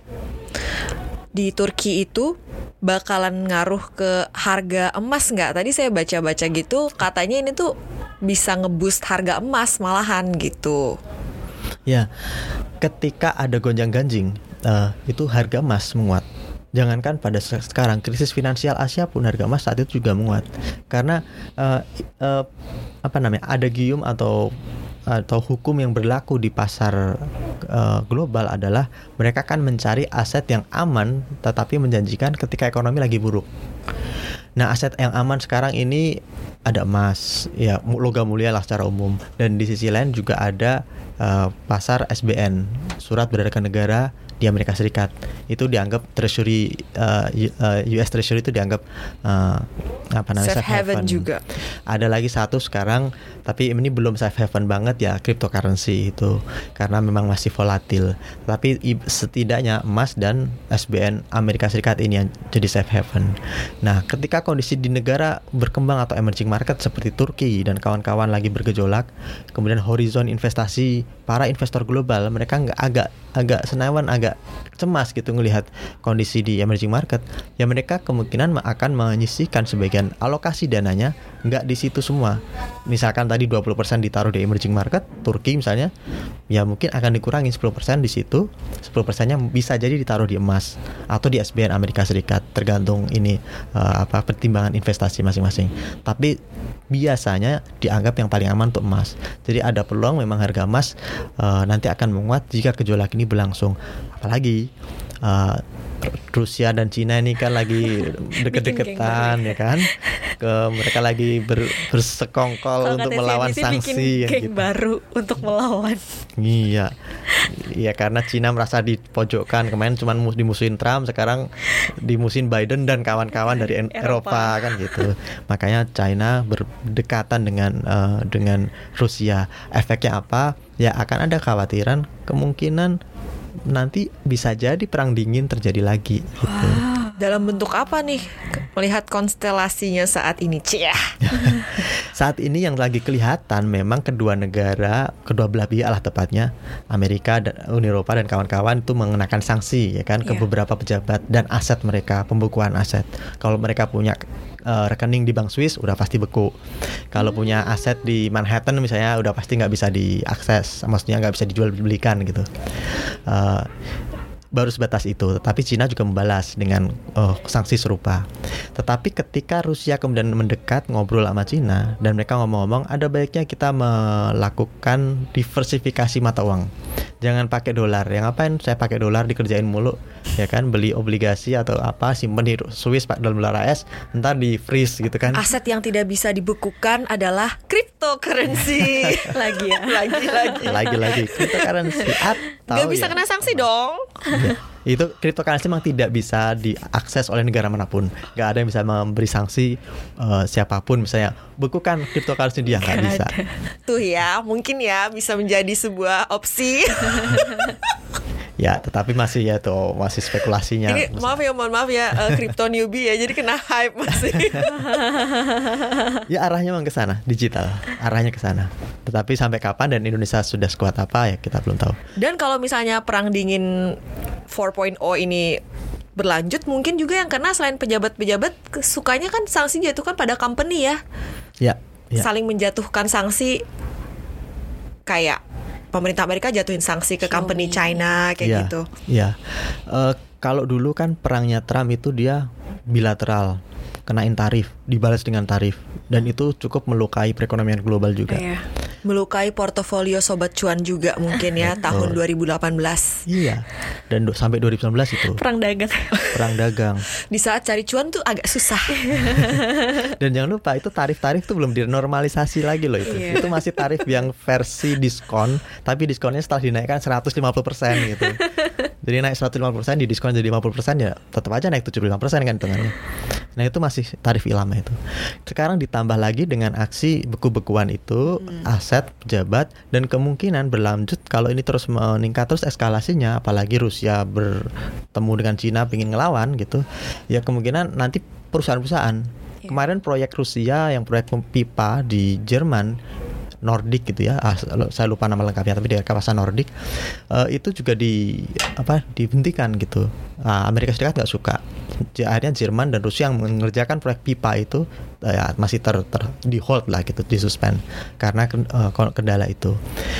di Turki itu bakalan ngaruh ke harga emas nggak? Tadi saya baca-baca gitu, katanya ini tuh bisa ngeboost harga emas malahan gitu. Ya, ketika ada gonjang-ganjing, uh, itu harga emas menguat. Jangankan pada sekarang krisis finansial Asia pun harga emas saat itu juga menguat karena uh, uh, apa namanya adagium atau atau hukum yang berlaku di pasar uh, global adalah mereka kan mencari aset yang aman tetapi menjanjikan ketika ekonomi lagi buruk. Nah aset yang aman sekarang ini ada emas, ya logam mulia lah secara umum, dan di sisi lain juga ada uh, pasar S B N, surat berharga negara di Amerika Serikat. Itu dianggap treasury uh, U S Treasury itu dianggap uh, apa namanya safe haven juga. Ada lagi satu sekarang, tapi ini belum safe haven banget ya, cryptocurrency itu karena memang masih volatil. Tapi setidaknya emas dan S B N Amerika Serikat ini yang jadi safe haven. Nah, ketika kondisi di negara berkembang atau emerging market seperti Turki dan kawan-kawan lagi bergejolak, kemudian horizon investasi para investor global mereka nggak agak agak senawan, agak cemas gitu ngelihat kondisi di emerging market, ya mereka kemungkinan akan menyisihkan sebagian alokasi dananya nggak di situ semua. Misalkan tadi dua puluh persen ditaruh di emerging market, Turki misalnya, ya mungkin akan dikurangi sepuluh persen di situ, sepuluh persennya bisa jadi ditaruh di emas atau di S B N Amerika Serikat, tergantung ini uh, apa pertimbangan investasi masing-masing. Tapi biasanya dianggap yang paling aman untuk emas. Jadi ada peluang memang harga emas uh, nanti akan menguat jika gejolak ini berlangsung. Apalagi uh, Rusia dan Cina ini kan lagi deket-deketan ya kan, ke mereka lagi ber, bersekongkol untuk melawan sanksi bikin geng gitu. Baru untuk melawan. Iya, iya karena Cina merasa dipojokkan, kemarin cuma dimusuhin Trump, sekarang dimusuhin Biden dan kawan-kawan dari Eropa, Eropa kan gitu. Makanya China berdekatan dengan uh, dengan Rusia. Efeknya apa? Ya akan ada kekhawatiran kemungkinan nanti bisa jadi perang dingin terjadi lagi gitu. Wow, dalam bentuk apa nih melihat konstelasinya saat ini, Cia? Saat ini yang lagi kelihatan memang kedua negara, kedua belah pihak lah tepatnya, Amerika dan Uni Eropa dan kawan-kawan itu mengenakan sanksi ya kan ke yeah. beberapa pejabat dan aset mereka, pembekuan aset. Kalau mereka punya uh, rekening di Bank Swiss udah pasti beku. Kalau hmm. punya aset di Manhattan misalnya udah pasti nggak bisa diakses, maksudnya nggak bisa dijual belikan gitu. Uh, baru sebatas itu, tetapi Cina juga membalas dengan uh, sanksi serupa. Tetapi ketika Rusia kemudian mendekat ngobrol sama Cina dan mereka ngomong-ngomong, ada baiknya kita melakukan diversifikasi mata uang. Jangan pakai dolar. Yang ngapain saya pakai dolar dikerjain mulu, ya kan? Beli obligasi atau apa, simpen di Swiss pak dalam dolar A S, ntar di freeze gitu kan. Aset yang tidak bisa dibekukan adalah cryptocurrency. lagi ya, lagi-lagi. Lagi-lagi cryptocurrency atau nggak bisa ya, kena sanksi dong. Ya, itu cryptocurrency memang tidak bisa diakses oleh negara manapun. Gak ada yang bisa memberi sanksi uh, siapapun misalnya bekukan cryptocurrency, dia nggak bisa. Tuh ya, mungkin ya bisa menjadi sebuah opsi. Ya, tetapi masih ya tuh masih spekulasinya. Ini maaf ya, mohon maaf ya, uh, crypto newbie ya, jadi kena hype masih. Ya arahnya memang ke sana, digital, arahnya ke sana. Tetapi sampai kapan dan Indonesia sudah sekuat apa ya kita belum tahu. Dan kalau misalnya perang dingin empat titik nol ini berlanjut, mungkin juga yang kena selain pejabat-pejabat, sukanya kan sanksi jatuhkan pada company ya. Ya, ya. Saling menjatuhkan sanksi kayak pemerintah Amerika jatuhin sanksi ke company China kayak ya, gitu. Iya. Uh, kalau dulu kan perangnya Trump itu dia bilateral, kenain tarif, dibalas dengan tarif, dan itu cukup melukai perekonomian global juga. Iya. Melukai portofolio Sobat Cuan juga mungkin ya tahun dua ribu delapan belas. Iya. Dan do- sampai dua ribu sembilan belas itu Perang dagang. perang dagang. Di saat cari cuan tuh agak susah. Dan jangan lupa itu tarif-tarif tuh belum dinormalisasi lagi loh itu. Iya. Itu masih tarif yang versi diskon, tapi diskonnya setelah dinaikkan seratus lima puluh persen gitu. Jadi naik seratus lima puluh persen, di diskon jadi lima puluh persen, ya tetap aja naik tujuh puluh lima persen kan hitungannya. Nah itu masih tarif lama itu. Sekarang ditambah lagi dengan aksi beku-bekuan itu, hmm. aset pejabat, dan kemungkinan berlanjut kalau ini terus meningkat terus eskalasinya, apalagi Rusia bertemu dengan Cina pengen ngelawan gitu, ya kemungkinan nanti perusahaan-perusahaan. Yeah. Kemarin proyek Rusia yang proyek pipa di Jerman, Nordic gitu ya, ah, saya lupa nama lengkapnya, tapi di kawasan Nordic uh, itu juga di apa dihentikan gitu. Nah, Amerika Serikat nggak suka. Akhirnya Jerman dan Rusia yang mengerjakan proyek pipa itu uh, ya, masih ter, ter di hold lah gitu, di suspend karena uh, kendala itu.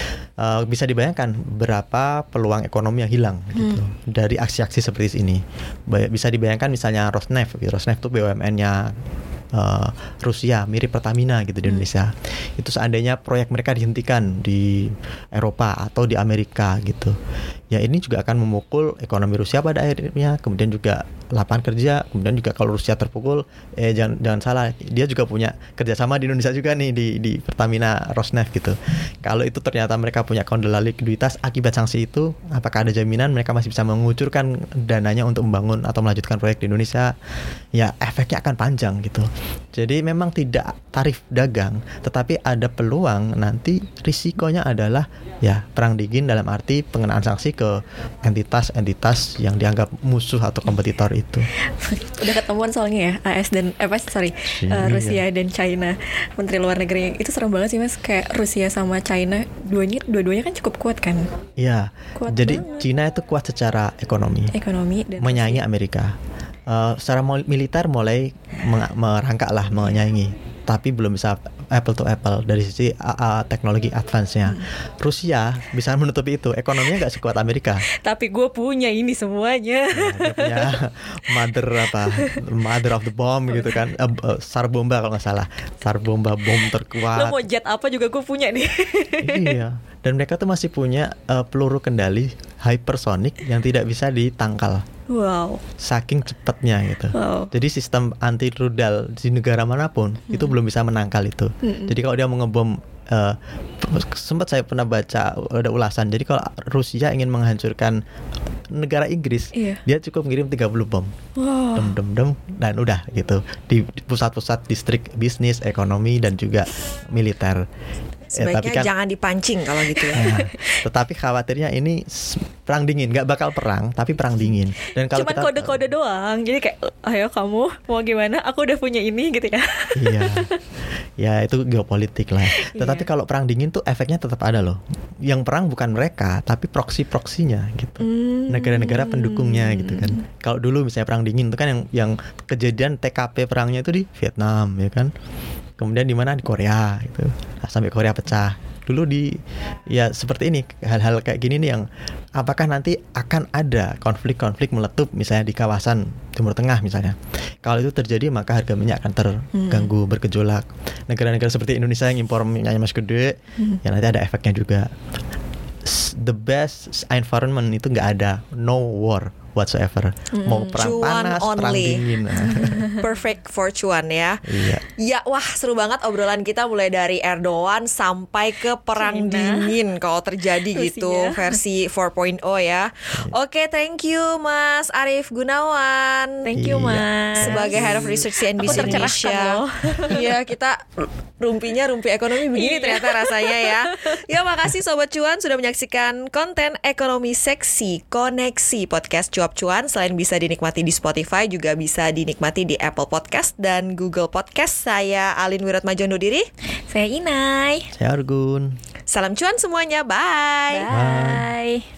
Uh, bisa dibayangkan berapa peluang ekonomi yang hilang gitu hmm. dari aksi-aksi seperti ini. Bisa dibayangkan misalnya Rosneft, Rosneft itu B U M N-nya Uh, Rusia, mirip Pertamina gitu di Indonesia. Hmm. Itu seandainya proyek mereka dihentikan di Eropa atau di Amerika gitu, ya ini juga akan memukul ekonomi Rusia pada akhirnya. Kemudian juga lapangan kerja, kemudian juga kalau Rusia terpukul, eh jangan jangan salah, dia juga punya kerjasama di Indonesia juga nih di di Pertamina Rosneft gitu. Kalau itu ternyata mereka punya kendala likuiditas akibat sanksi itu, apakah ada jaminan mereka masih bisa mengucurkan dananya untuk membangun atau melanjutkan proyek di Indonesia? Ya efeknya akan panjang gitu. Jadi memang tidak tarif dagang, tetapi ada peluang nanti risikonya adalah ya perang dingin dalam arti pengenaan sanksi ke entitas-entitas yang dianggap musuh atau kompetitor itu. Udah ketemuan soalnya ya A S dan eh, apa sorry uh, Rusia dan China, Menteri Luar Negeri itu serem banget sih Mas, kayak Rusia sama China duanya dua-duanya kan cukup kuat kan? Iya. Jadi banget. China itu kuat secara ekonomi, ekonomi dan menyaingi Rusia. Amerika. Uh, secara militer mulai meng- merangkak lah menyaingi, tapi belum bisa apple to apple dari sisi uh, uh, teknologi advance-nya. Hmm. Rusia bisa menutupi itu, ekonominya nggak sekuat Amerika. Tapi gue punya ini semuanya. Nah, dia punya mother apa, mother of the bomb gitu kan, uh, uh, sar bomba kalau nggak salah, sar bomba bom terkuat. Lo mau jet apa juga gue punya nih. Iya. Dan mereka tuh masih punya uh, peluru kendali hypersonic yang tidak bisa ditangkal. Wow. Saking cepatnya gitu. Wow. Jadi sistem anti rudal di negara manapun hmm. itu belum bisa menangkal itu. Hmm. Jadi kalau dia mau ngebom, uh, sempat saya pernah baca ada ulasan. Jadi kalau Rusia ingin menghancurkan negara Inggris, iya. dia cukup ngirim tiga puluh bom. Wow. Dem dem dem dan udah gitu. Di pusat-pusat distrik bisnis, ekonomi dan juga militer. Sebaiknya ya, tapi kan, jangan dipancing kalau gitu ya. Nah, tetapi khawatirnya ini perang dingin, nggak bakal perang, tapi perang dingin. Dan kalau cuman kita, kode-kode doang. Jadi kayak, ayo kamu mau gimana? Aku udah punya ini gitu ya. Iya, ya itu geopolitik lah. Tetapi yeah. kalau perang dingin tuh efeknya tetap ada loh. Yang perang bukan mereka, tapi proksi-proksinya gitu. Mm. Negara-negara pendukungnya gitu kan. Kalau dulu misalnya perang dingin itu kan yang yang kejadian T K P perangnya itu di Vietnam ya kan. Kemudian di mana di Korea gitu. Nah, sampai Korea pecah. Dulu di ya seperti ini, hal-hal kayak gini nih yang apakah nanti akan ada konflik-konflik meletup misalnya di kawasan Timur Tengah misalnya. Kalau itu terjadi maka harga minyak akan terganggu, hmm. bergejolak. Negara-negara seperti Indonesia yang impor minyaknya masih gede, hmm. ya nanti ada efeknya juga. The best environment itu nggak ada, no war whatsoever. Mm, mau perang panas, only. Perang dingin. Perfect for cuan ya. Iya. Ya, wah seru banget obrolan kita mulai dari Erdogan sampai ke perang China. Dingin kalau terjadi Rusia. Gitu versi empat titik nol ya. Oke, okay, thank you Mas Arief Gunawan. Thank you Mas. Sebagai Head of Research C N B C Indonesia. Iya, kita rumpinya rumpi ekonomi begini ternyata rasanya ya. Ya, makasih Sobat Cuan sudah menyaksikan konten ekonomi seksi Koneksi Podcast Cuap Cuan. Selain bisa dinikmati di Spotify, juga bisa dinikmati di Apple Podcast dan Google Podcast. Saya Alin Wiratmaja undur diri. Saya Inai. Saya Argun. Salam cuan semuanya. Bye. Bye. Bye.